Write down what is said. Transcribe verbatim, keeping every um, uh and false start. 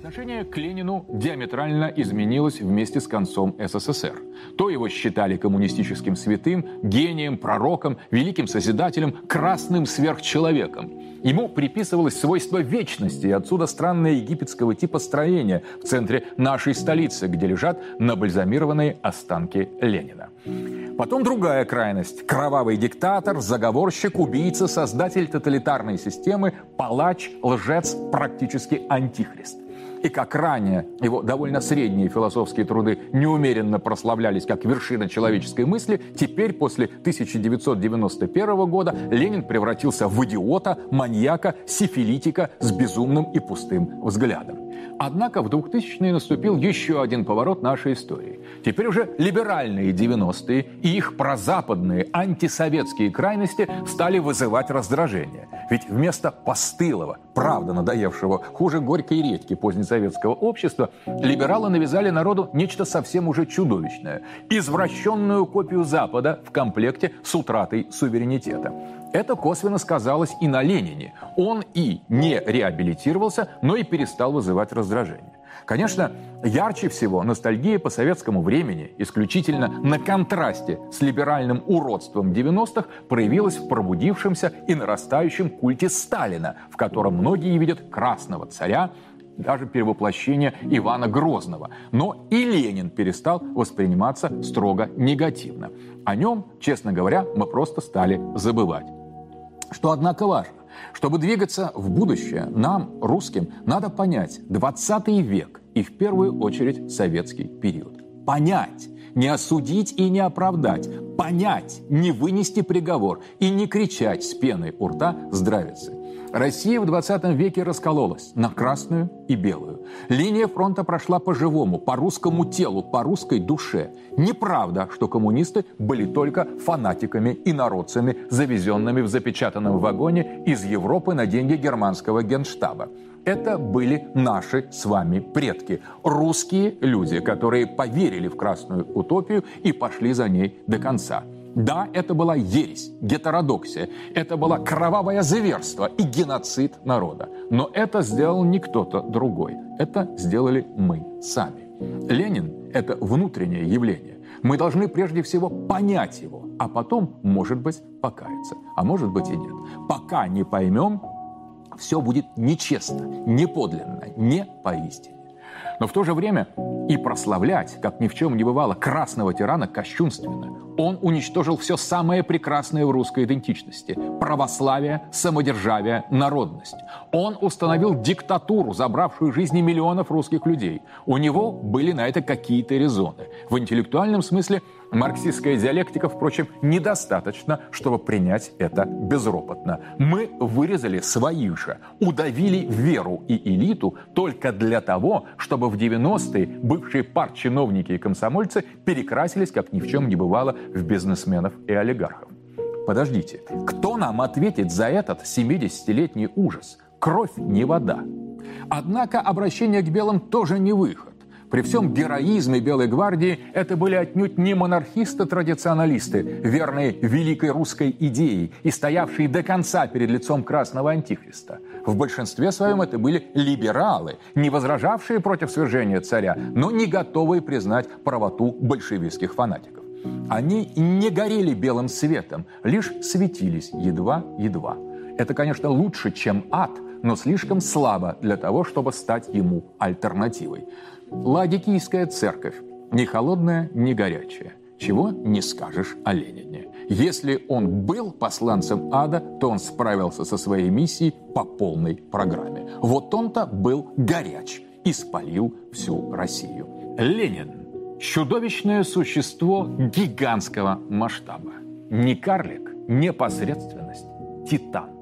Отношение к Ленину диаметрально изменилось вместе с концом СССР. То его считали коммунистическим святым, гением, пророком, великим созидателем, красным сверхчеловеком. Ему приписывалось свойство вечности, и отсюда странное египетского типа строение в центре нашей столицы, где лежат набальзамированные останки Ленина. Потом другая крайность. Кровавый диктатор, заговорщик, убийца, создатель тоталитарной системы, палач, лжец, практически антихрист. И как ранее его довольно средние философские труды неумеренно прославлялись как вершина человеческой мысли, теперь, после тысяча девятьсот девяносто первого года, Ленин превратился в идиота, маньяка, сифилитика с безумным и пустым взглядом. Однако в двухтысячные наступил еще один поворот нашей истории. Теперь уже либеральные девяностые и их прозападные антисоветские крайности стали вызывать раздражение. Ведь вместо постылого, правда надоевшего, хуже горькой редьки позднесоветского общества, либералы навязали народу нечто совсем уже чудовищное – извращенную копию Запада в комплекте с утратой суверенитета. Это косвенно сказалось и на Ленине. Он и не реабилитировался, но и перестал вызывать раздражение. Конечно, ярче всего ностальгия по советскому времени, исключительно на контрасте с либеральным уродством девяностых, проявилась в пробудившемся и нарастающем культе Сталина, в котором многие видят красного царя, даже перевоплощение Ивана Грозного. Но и Ленин перестал восприниматься строго негативно. О нем, честно говоря, мы просто стали забывать. Что, однако, важно. Чтобы двигаться в будущее, нам, русским, надо понять двадцатый век и, в первую очередь, советский период. Понять, не осудить и не оправдать. Понять, не вынести приговор и не кричать с пеной у рта «здравицы». Россия в двадцатом веке раскололась на красную и белую. Линия фронта прошла по-живому, по русскому телу, по русской душе. Неправда, что коммунисты были только фанатиками и народцами, завезенными в запечатанном вагоне из Европы на деньги германского генштаба. Это были наши с вами предки, русские люди, которые поверили в красную утопию и пошли за ней до конца. Да, это была ересь, гетеродоксия, это было кровавое зверство и геноцид народа. Но это сделал не кто-то другой, это сделали мы сами. Ленин – это внутреннее явление. Мы должны прежде всего понять его, а потом, может быть, покаяться, а может быть и нет. Пока не поймем, все будет нечестно, неподлинно, не поистине. Но в то же время и прославлять, как ни в чем не бывало, красного тирана кощунственно. Он уничтожил все самое прекрасное в русской идентичности – православие, самодержавие, народность. Он установил диктатуру, забравшую жизни миллионов русских людей. У него были на это какие-то резоны. В интеллектуальном смысле марксистская диалектика, впрочем, недостаточно, чтобы принять это безропотно. Мы вырезали свои же, удавили веру и элиту только для того, чтобы в девяностые бывшие партчиновники и комсомольцы перекрасились, как ни в чем не бывало, в бизнесменов и олигархов. Подождите, кто нам ответит за этот семидесятилетний ужас? Кровь не вода. Однако обращение к белым тоже не выход. При всем героизме Белой гвардии это были отнюдь не монархисты-традиционалисты, верные великой русской идее и стоявшие до конца перед лицом красного антихриста. В большинстве своем это были либералы, не возражавшие против свержения царя, но не готовые признать правоту большевистских фанатиков. Они не горели белым светом, лишь светились едва-едва. Это, конечно, лучше, чем ад, но слишком слабо для того, чтобы стать ему альтернативой. Ладикийская церковь. Ни холодная, ни горячая. Чего не скажешь о Ленине. Если он был посланцем ада, то он справился со своей миссией по полной программе. Вот он-то был горяч и спалил всю Россию. Ленин – чудовищное существо гигантского масштаба. Не карлик, не посредственность, титан.